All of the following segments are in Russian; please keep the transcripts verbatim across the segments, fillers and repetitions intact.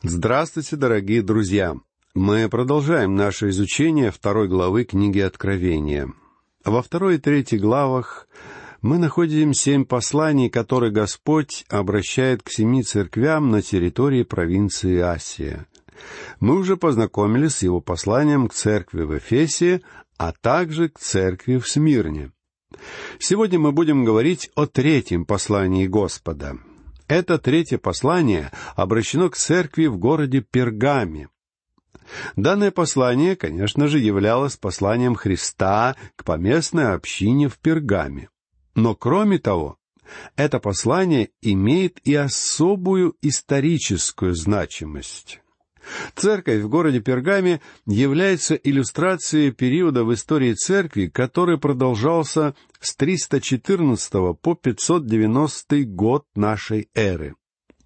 Здравствуйте, дорогие друзья! Мы продолжаем наше изучение второй главы книги Откровения. Во второй и третьей главах мы находим семь посланий, которые Господь обращает к семи церквям на территории провинции Асия. Мы уже познакомились с Его посланием к церкви в Эфесе, а также к церкви в Смирне. Сегодня мы будем говорить о третьем послании Господа. Это третье послание обращено к церкви в городе Пергаме. Данное послание, конечно же, являлось посланием Христа к поместной общине в Пергаме. Но кроме того, это послание имеет и особую историческую значимость. Церковь в городе Пергаме является иллюстрацией периода в истории церкви, который продолжался с триста четырнадцатого по пятьсот девяностый год нашей эры.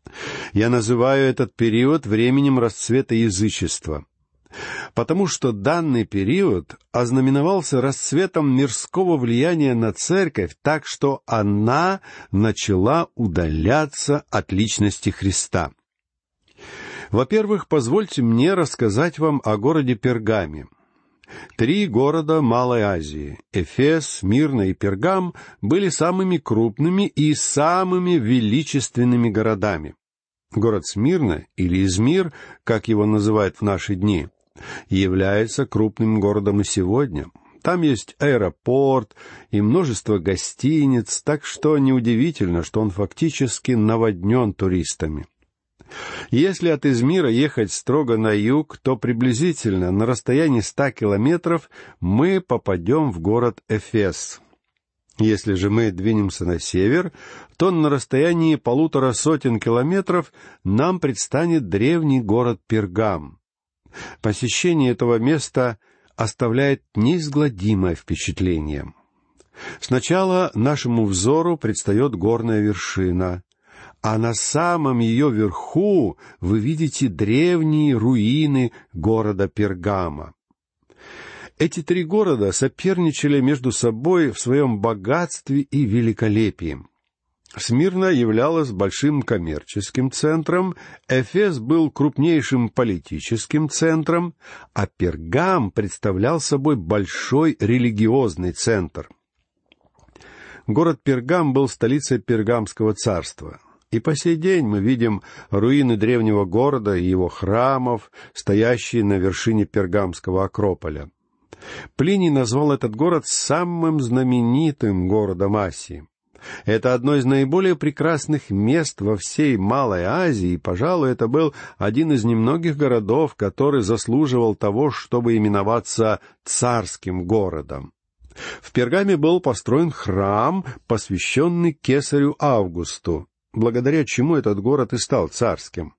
Я называю этот период временем расцвета язычества, потому что данный период ознаменовался расцветом мирского влияния на церковь, так что она начала удаляться от личности Христа. Во-первых, позвольте мне рассказать вам о городе Пергаме. Три города Малой Азии — Эфес, Смирна и Пергам — были самыми крупными и самыми величественными городами. Город Смирна, или Измир, как его называют в наши дни, является крупным городом и сегодня. Там есть аэропорт и множество гостиниц, так что неудивительно, что он фактически наводнен туристами. Если от Измира ехать строго на юг, то приблизительно на расстоянии ста километров мы попадем в город Эфес. Если же мы двинемся на север, то на расстоянии полутора сотен километров нам предстанет древний город Пергам. Посещение этого места оставляет неизгладимое впечатление. Сначала нашему взору предстает горная вершина, а на самом ее верху вы видите древние руины города Пергама. Эти три города соперничали между собой в своем богатстве и великолепии. Смирна являлась большим коммерческим центром, Эфес был крупнейшим политическим центром, а Пергам представлял собой большой религиозный центр. Город Пергам был столицей Пергамского царства. И по сей день мы видим руины древнего города и его храмов, стоящие на вершине Пергамского Акрополя. Плиний назвал этот город самым знаменитым городом Асии. Это одно из наиболее прекрасных мест во всей Малой Азии, и, пожалуй, это был один из немногих городов, который заслуживал того, чтобы именоваться царским городом. В Пергаме был построен храм, посвященный кесарю Августу, благодаря чему этот город и стал царским.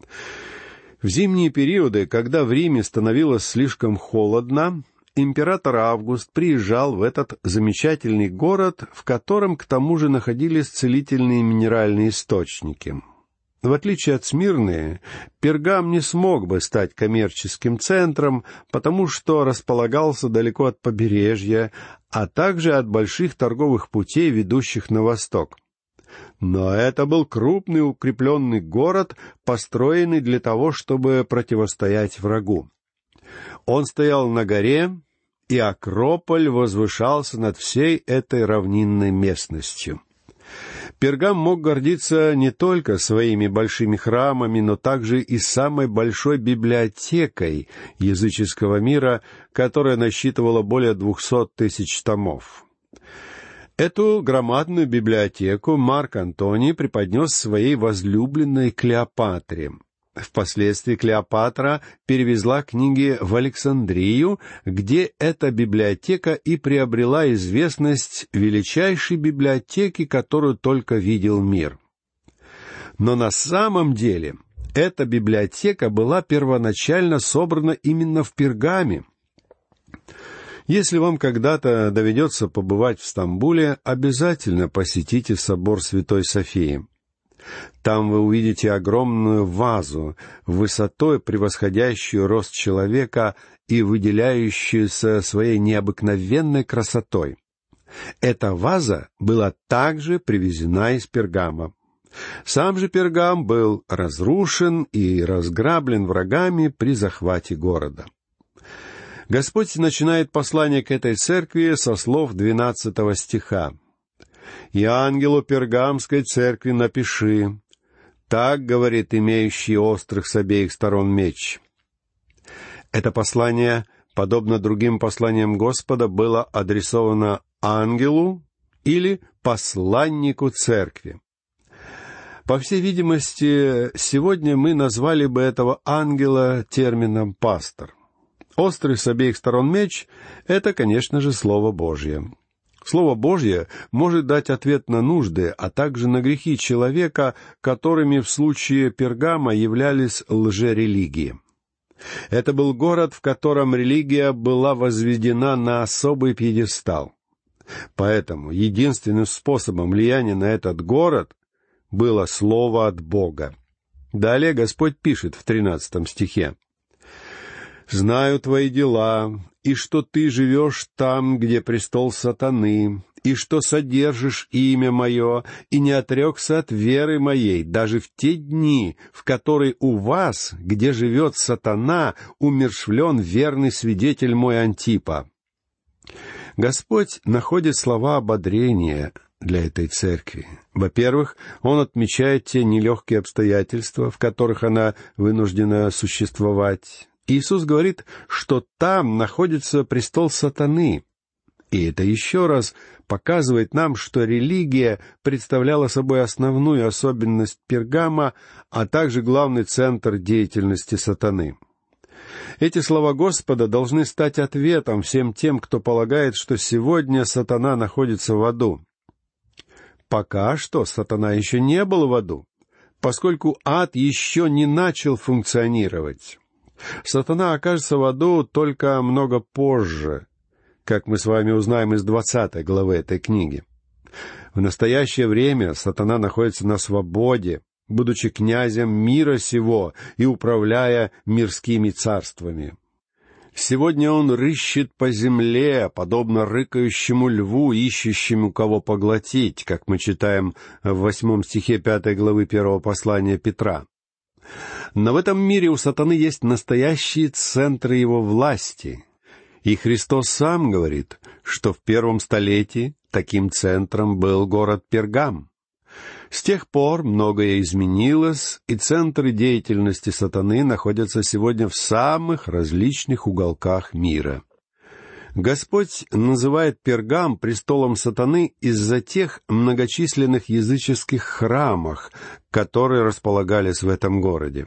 В зимние периоды, когда в Риме становилось слишком холодно, император Август приезжал в этот замечательный город, в котором, к тому же, находились целительные минеральные источники. В отличие от Смирны, Пергам не смог бы стать коммерческим центром, потому что располагался далеко от побережья, а также от больших торговых путей, ведущих на восток. Но это был крупный укрепленный город, построенный для того, чтобы противостоять врагу. Он стоял на горе, и Акрополь возвышался над всей этой равнинной местностью. Пергам мог гордиться не только своими большими храмами, но также и самой большой библиотекой языческого мира, которая насчитывала более двухсот тысяч томов. Эту громадную библиотеку Марк Антоний преподнес своей возлюбленной Клеопатре. Впоследствии Клеопатра перевезла книги в Александрию, где эта библиотека и приобрела известность величайшей библиотеки, которую только видел мир. Но на самом деле эта библиотека была первоначально собрана именно в Пергаме. Если вам когда-то доведется побывать в Стамбуле, обязательно посетите собор Святой Софии. Там вы увидите огромную вазу, высотой превосходящую рост человека и выделяющуюся своей необыкновенной красотой. Эта ваза была также привезена из Пергама. Сам же Пергам был разрушен и разграблен врагами при захвате города. Господь начинает послание к этой церкви со слов двенадцатого стиха. «И ангелу Пергамской церкви напиши, так говорит имеющий острых с обеих сторон меч». Это послание, подобно другим посланиям Господа, было адресовано ангелу или посланнику церкви. По всей видимости, сегодня мы назвали бы этого ангела термином «пастор». Острый с обеих сторон меч — это, конечно же, Слово Божье. Слово Божье может дать ответ на нужды, а также на грехи человека, которыми в случае Пергама являлись лжерелигии. Это был город, в котором религия была возведена на особый пьедестал. Поэтому единственным способом влияния на этот город было слово от Бога. Далее Господь пишет в тринадцатом стихе. «Знаю твои дела, и что ты живешь там, где престол сатаны, и что содержишь имя мое, и не отрекся от веры моей, даже в те дни, в которые у вас, где живет сатана, умерщвлен верный свидетель мой Антипа». Господь находит слова ободрения для этой церкви. Во-первых, Он отмечает те нелегкие обстоятельства, в которых она вынуждена существовать. Иисус говорит, что там находится престол сатаны. И это еще раз показывает нам, что религия представляла собой основную особенность Пергама, а также главный центр деятельности сатаны. Эти слова Господа должны стать ответом всем тем, кто полагает, что сегодня сатана находится в аду. Пока что сатана еще не был в аду, поскольку ад еще не начал функционировать. Сатана окажется в аду только много позже, как мы с вами узнаем из двадцатой главы этой книги. В настоящее время сатана находится на свободе, будучи князем мира сего и управляя мирскими царствами. Сегодня он рыщет по земле, подобно рыкающему льву, ищущему кого поглотить, как мы читаем в восьмом стихе пятой главы первого послания Петра. Но в этом мире у сатаны есть настоящие центры его власти. И Христос сам говорит, что в первом столетии таким центром был город Пергам. С тех пор многое изменилось, и центры деятельности сатаны находятся сегодня в самых различных уголках мира. Господь называет Пергам престолом сатаны из-за тех многочисленных языческих храмов, которые располагались в этом городе.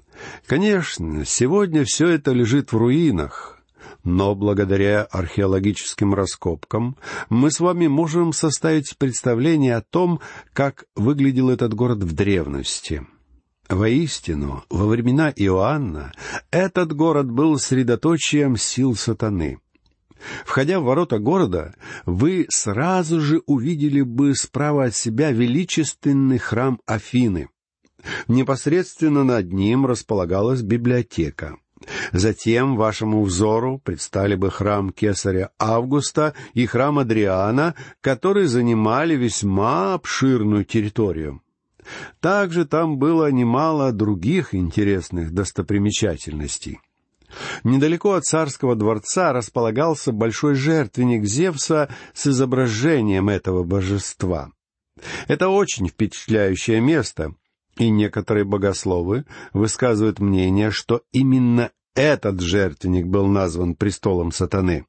Конечно, сегодня все это лежит в руинах, но благодаря археологическим раскопкам мы с вами можем составить представление о том, как выглядел этот город в древности. Воистину, во времена Иоанна этот город был средоточием сил сатаны. Входя в ворота города, вы сразу же увидели бы справа от себя величественный храм Афины. Непосредственно над ним располагалась библиотека. Затем вашему взору предстали бы храм Кесаря Августа и храм Адриана, которые занимали весьма обширную территорию. Также там было немало других интересных достопримечательностей. Недалеко от царского дворца располагался большой жертвенник Зевса с изображением этого божества. Это очень впечатляющее место, и некоторые богословы высказывают мнение, что именно этот жертвенник был назван престолом сатаны.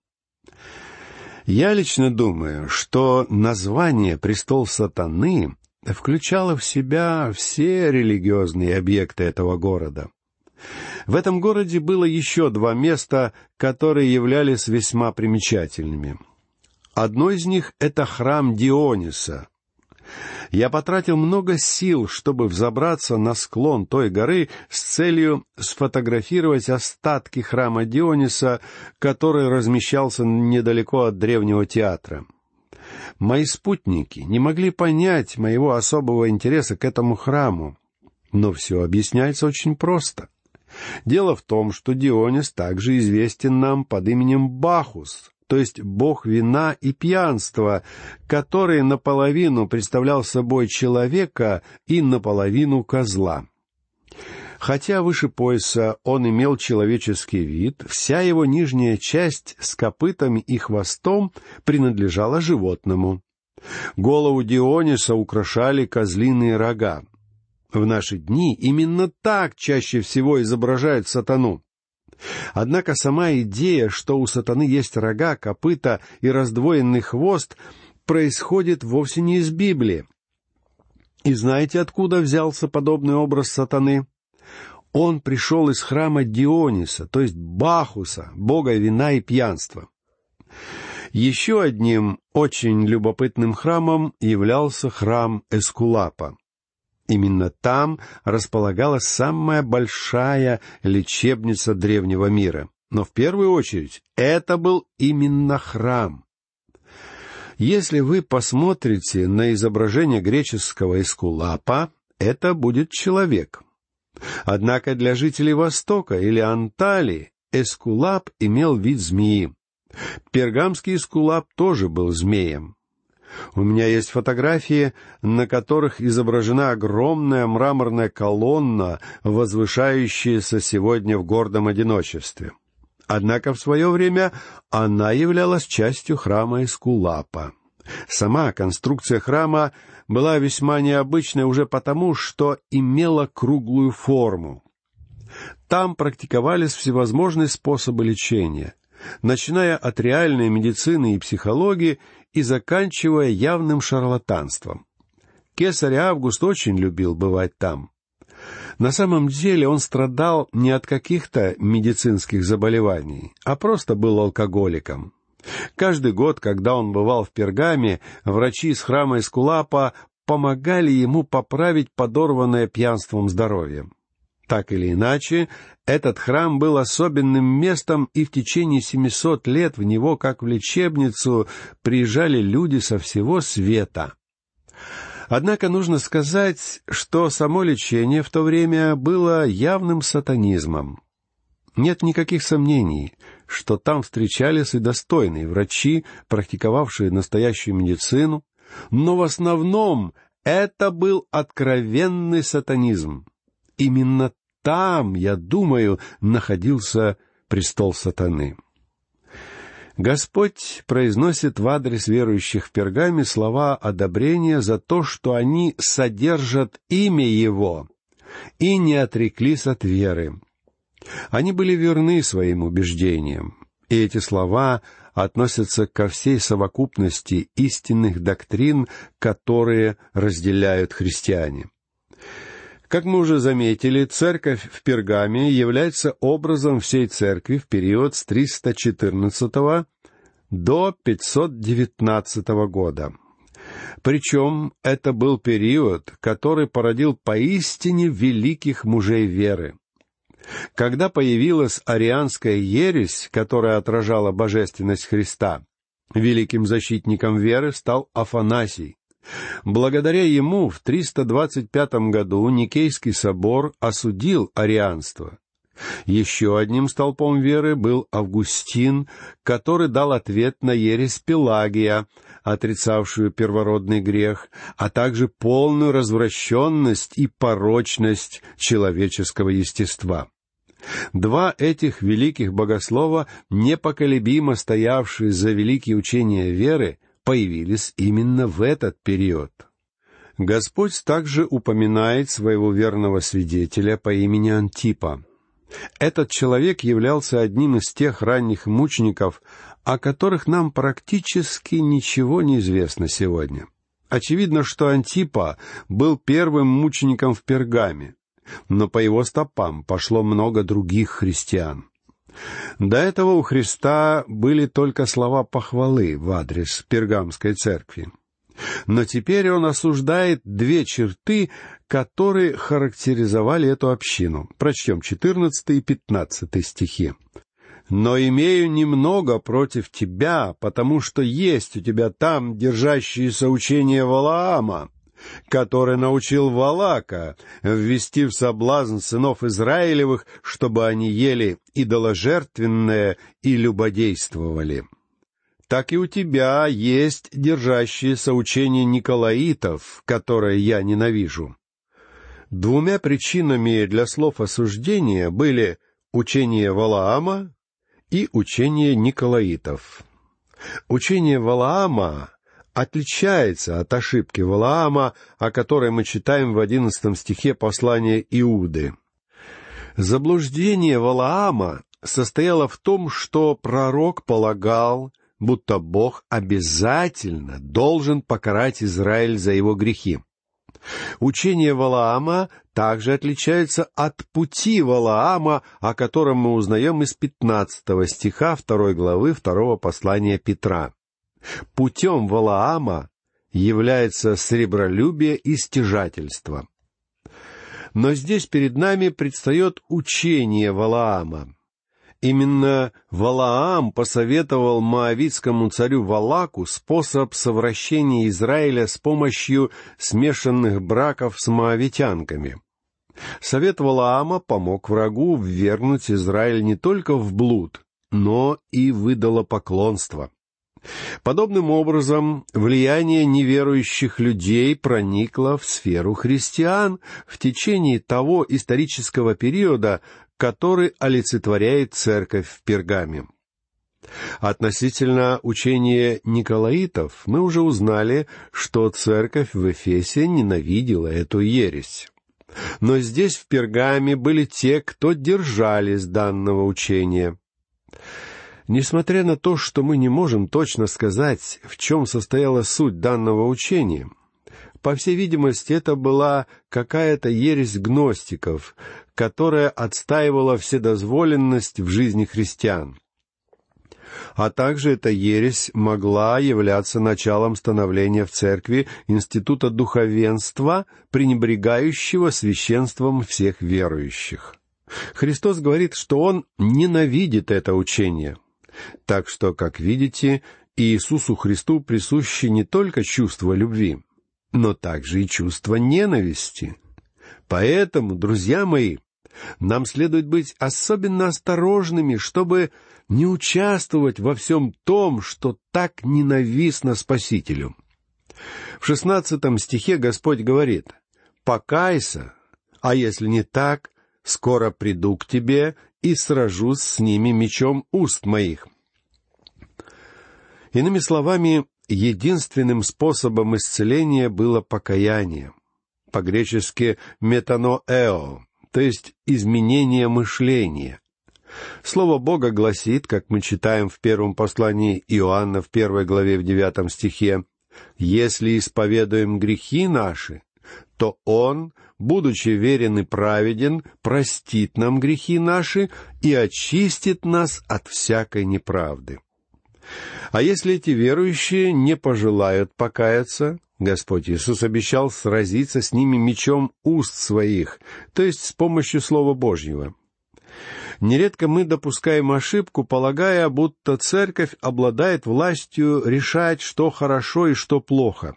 Я лично думаю, что название «престол сатаны» включало в себя все религиозные объекты этого города. В этом городе было еще два места, которые являлись весьма примечательными. Одно из них — это храм Диониса. Я потратил много сил, чтобы взобраться на склон той горы с целью сфотографировать остатки храма Диониса, который размещался недалеко от древнего театра. Мои спутники не могли понять моего особого интереса к этому храму, но все объясняется очень просто. Дело в том, что Дионис также известен нам под именем Бахус, то то есть бог вина и пьянства, который наполовину представлял собой человека и наполовину козла. Хотя выше пояса он имел человеческий вид, вся его нижняя часть с копытами и хвостом принадлежала животному. Голову Диониса украшали козлиные рога. В наши дни именно так чаще всего изображают сатану. Однако сама идея, что у сатаны есть рога, копыта и раздвоенный хвост, происходит вовсе не из Библии. И знаете, откуда взялся подобный образ сатаны? Он пришел из храма Диониса, то есть Бахуса, бога вина и пьянства. Еще одним очень любопытным храмом являлся храм Эскулапа. Именно там располагалась самая большая лечебница древнего мира. Но в первую очередь это был именно храм. Если вы посмотрите на изображение греческого Эскулапа, это будет человек. Однако для жителей Востока или Анталии Эскулап имел вид змеи. Пергамский Эскулап тоже был змеем. У меня есть фотографии, на которых изображена огромная мраморная колонна, возвышающаяся сегодня в гордом одиночестве. Однако в свое время она являлась частью храма Эскулапа. Сама конструкция храма была весьма необычной уже потому, что имела круглую форму. Там практиковались всевозможные способы лечения, начиная от реальной медицины и психологии и заканчивая явным шарлатанством. Кесарь Август очень любил бывать там. На самом деле он страдал не от каких-то медицинских заболеваний, а просто был алкоголиком. Каждый год, когда он бывал в Пергаме, врачи из храма Эскулапа помогали ему поправить подорванное пьянством здоровье. Так или иначе, этот храм был особенным местом, и в течение семисот лет в него, как в лечебницу, приезжали люди со всего света. Однако нужно сказать, что само лечение в то время было явным сатанизмом. Нет никаких сомнений, что там встречались и достойные врачи, практиковавшие настоящую медицину, но в основном это был откровенный сатанизм. Именно там, я думаю, находился престол сатаны. Господь произносит в адрес верующих в Пергаме слова одобрения за то, что они содержат имя Его и не отреклись от веры. Они были верны своим убеждениям, и эти слова относятся ко всей совокупности истинных доктрин, которые разделяют христиане. Как мы уже заметили, церковь в Пергаме является образом всей церкви в период с триста четырнадцатого до пятьсот девятнадцатого года. Причем это был период, который породил поистине великих мужей веры. Когда появилась арианская ересь, которая отражала божественность Христа, великим защитником веры стал Афанасий. Благодаря ему в триста двадцать пятом году Никейский собор осудил арианство. Еще одним столпом веры был Августин, который дал ответ на ересь Пелагия, отрицавшую первородный грех, а также полную развращенность и порочность человеческого естества. Два этих великих богослова, непоколебимо стоявшие за великие учения веры, появились именно в этот период. Господь также упоминает своего верного свидетеля по имени Антипа. Этот человек являлся одним из тех ранних мучеников, о которых нам практически ничего не известно сегодня. Очевидно, что Антипа был первым мучеником в Пергаме, но по его стопам пошло много других христиан. До этого у Христа были только слова похвалы в адрес Пергамской церкви. Но теперь он осуждает две черты, которые характеризовали эту общину. Прочтем четырнадцатый и пятнадцатый стихи. «Но имею немного против тебя, потому что есть у тебя там держащиеся учения Валаама, который научил Валака ввести в соблазн сынов Израилевых, чтобы они ели идоложертвенное и любодействовали». так и у тебя есть держащееся учение николаитов, которое я ненавижу. Двумя причинами для слов осуждения были учение Валаама и учение николаитов. Учение Валаама отличается от ошибки Валаама, о которой мы читаем в одиннадцатом стихе послания Иуды. Заблуждение Валаама состояло в том, что пророк полагал, будто Бог обязательно должен покарать Израиль за его грехи. Учение Валаама также отличается от пути Валаама, о котором мы узнаем из пятнадцатого стиха второй главы второго послания Петра. Путем Валаама является сребролюбие и стяжательство. Но здесь перед нами предстает учение Валаама. Именно Валаам посоветовал моавитскому царю Валаку способ совращения Израиля с помощью смешанных браков с моавитянками. Совет Валаама помог врагу ввергнуть Израиль не только в блуд, но и в идолопоклонство. Подобным образом, влияние неверующих людей проникло в сферу христиан в течение того исторического периода, который олицетворяет церковь в Пергаме. Относительно учения николаитов мы уже узнали, что церковь в Эфесе ненавидела эту ересь. Но здесь, в Пергаме, были те, кто держались данного учения. Несмотря на то, что мы не можем точно сказать, в чем состояла суть данного учения, по всей видимости, это была какая-то ересь гностиков, которая отстаивала вседозволенность в жизни христиан. А также эта ересь могла являться началом становления в церкви института духовенства, пренебрегающего священством всех верующих. Христос говорит, что Он ненавидит это учение. Так что, как видите, Иисусу Христу присущи не только чувство любви, но также и чувство ненависти. Поэтому, друзья мои, нам следует быть особенно осторожными, чтобы не участвовать во всем том, что так ненавистно Спасителю. В шестнадцатом стихе Господь говорит: «Покайся, а если не так, скоро приду к тебе и сражусь с ними мечом уст моих». Иными словами, единственным способом исцеления было покаяние. По-гречески «метаноэо», то есть изменение мышления. Слово Бога гласит, как мы читаем в первом послании Иоанна в первой главе в девятом стихе: «Если исповедуем грехи наши, то Он, будучи верен и праведен, простит нам грехи наши и очистит нас от всякой неправды». А если эти верующие не пожелают покаяться, Господь Иисус обещал сразиться с ними мечом уст своих, то есть с помощью Слова Божьего. Нередко мы допускаем ошибку, полагая, будто церковь обладает властью решать, что хорошо и что плохо.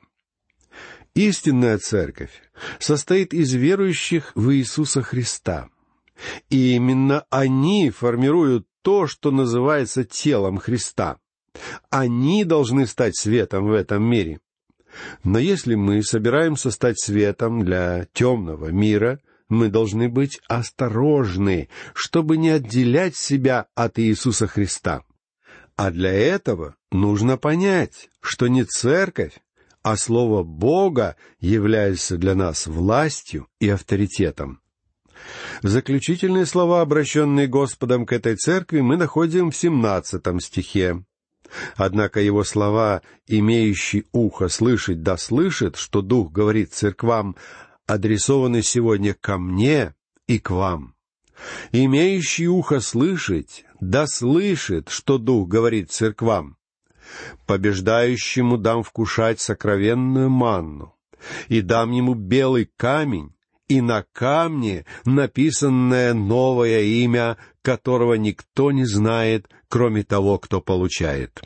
Истинная церковь состоит из верующих в Иисуса Христа. И именно они формируют то, что называется телом Христа. Они должны стать светом в этом мире. Но если мы собираемся стать светом для темного мира, мы должны быть осторожны, чтобы не отделять себя от Иисуса Христа. А для этого нужно понять, что не церковь, а Слово Бога является для нас властью и авторитетом. Заключительные слова, обращенные Господом к этой церкви, мы находим в семнадцатом стихе. Однако его слова «имеющий ухо слышать да слышит», что Дух говорит церквам, адресованы сегодня ко мне и к вам. «Имеющий ухо слышать да слышит», что Дух говорит церквам. «Побеждающему дам вкушать сокровенную манну, и дам ему белый камень, и на камне написанное новое имя, которого никто не знает, кроме того, кто получает».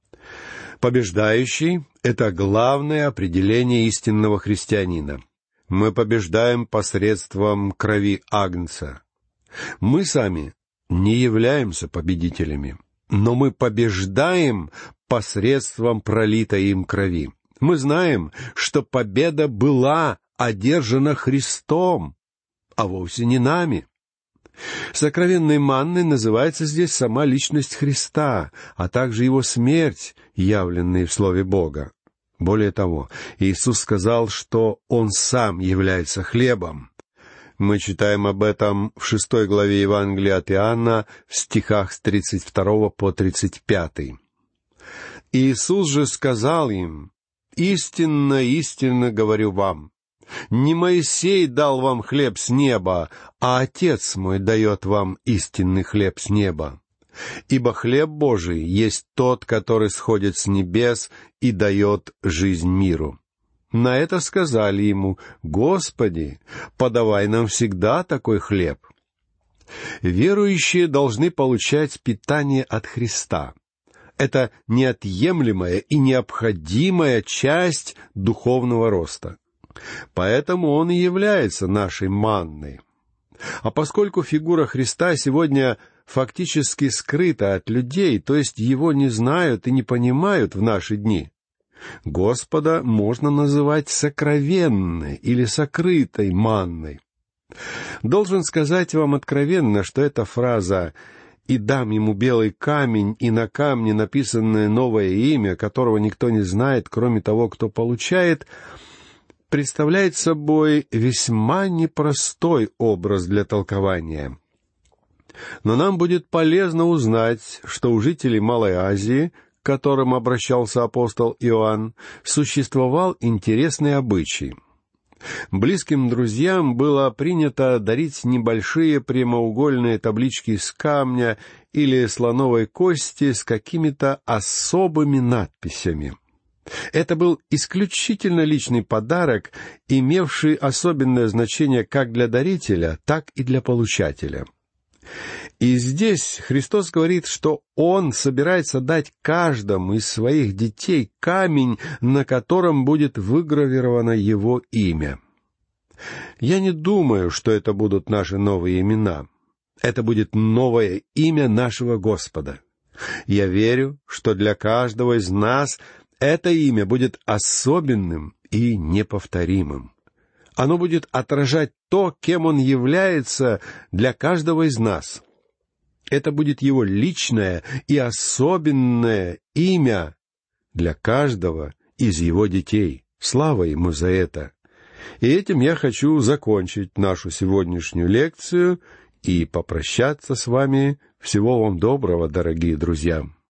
Побеждающий — это главное определение истинного христианина. Мы побеждаем посредством крови Агнца. Мы сами не являемся победителями. но мы побеждаем посредством пролитой им крови. Мы знаем, что победа была одержана Христом, а вовсе не нами. Сокровенной манной называется здесь сама личность Христа, а также Его смерть, явленная в Слове Бога. Более того, Иисус сказал, что Он Сам является хлебом. Мы читаем об этом в шестой главе Евангелия от Иоанна в стихах с тридцать второго по тридцать пятый. Иисус же сказал им: «Истинно, истинно говорю вам, не Моисей дал вам хлеб с неба, а Отец мой дает вам истинный хлеб с неба. Ибо хлеб Божий есть тот, который сходит с небес и дает жизнь миру». На это сказали ему: «Господи, подавай нам всегда такой хлеб». Верующие должны получать питание от Христа. Это неотъемлемая и необходимая часть духовного роста. Поэтому Он и является нашей манной. А поскольку фигура Христа сегодня фактически скрыта от людей, то есть Его не знают и не понимают в наши дни, Господа можно называть сокровенной или сокрытой манной. Должен сказать вам откровенно, что эта фраза «и дам ему белый камень, и на камне написанное новое имя, которого никто не знает, кроме того, кто получает», представляет собой весьма непростой образ для толкования. Но нам будет полезно узнать, что у жителей Малой Азии, к которым обращался апостол Иоанн, существовал интересный обычай. Близким друзьям было принято дарить небольшие прямоугольные таблички из камня или слоновой кости с какими-то особыми надписями. Это был исключительно личный подарок, имевший особенное значение как для дарителя, так и для получателя. И здесь Христос говорит, что Он собирается дать каждому из своих детей камень, на котором будет выгравировано Его имя. Я не думаю, что это будут наши новые имена. Это будет новое имя нашего Господа. Я верю, что для каждого из нас это имя будет особенным и неповторимым. Оно будет отражать то, кем Он является для каждого из нас. Это будет Его личное и особенное имя для каждого из Его детей. Слава Ему за это! И этим я хочу закончить нашу сегодняшнюю лекцию и попрощаться с вами. Всего вам доброго, дорогие друзья!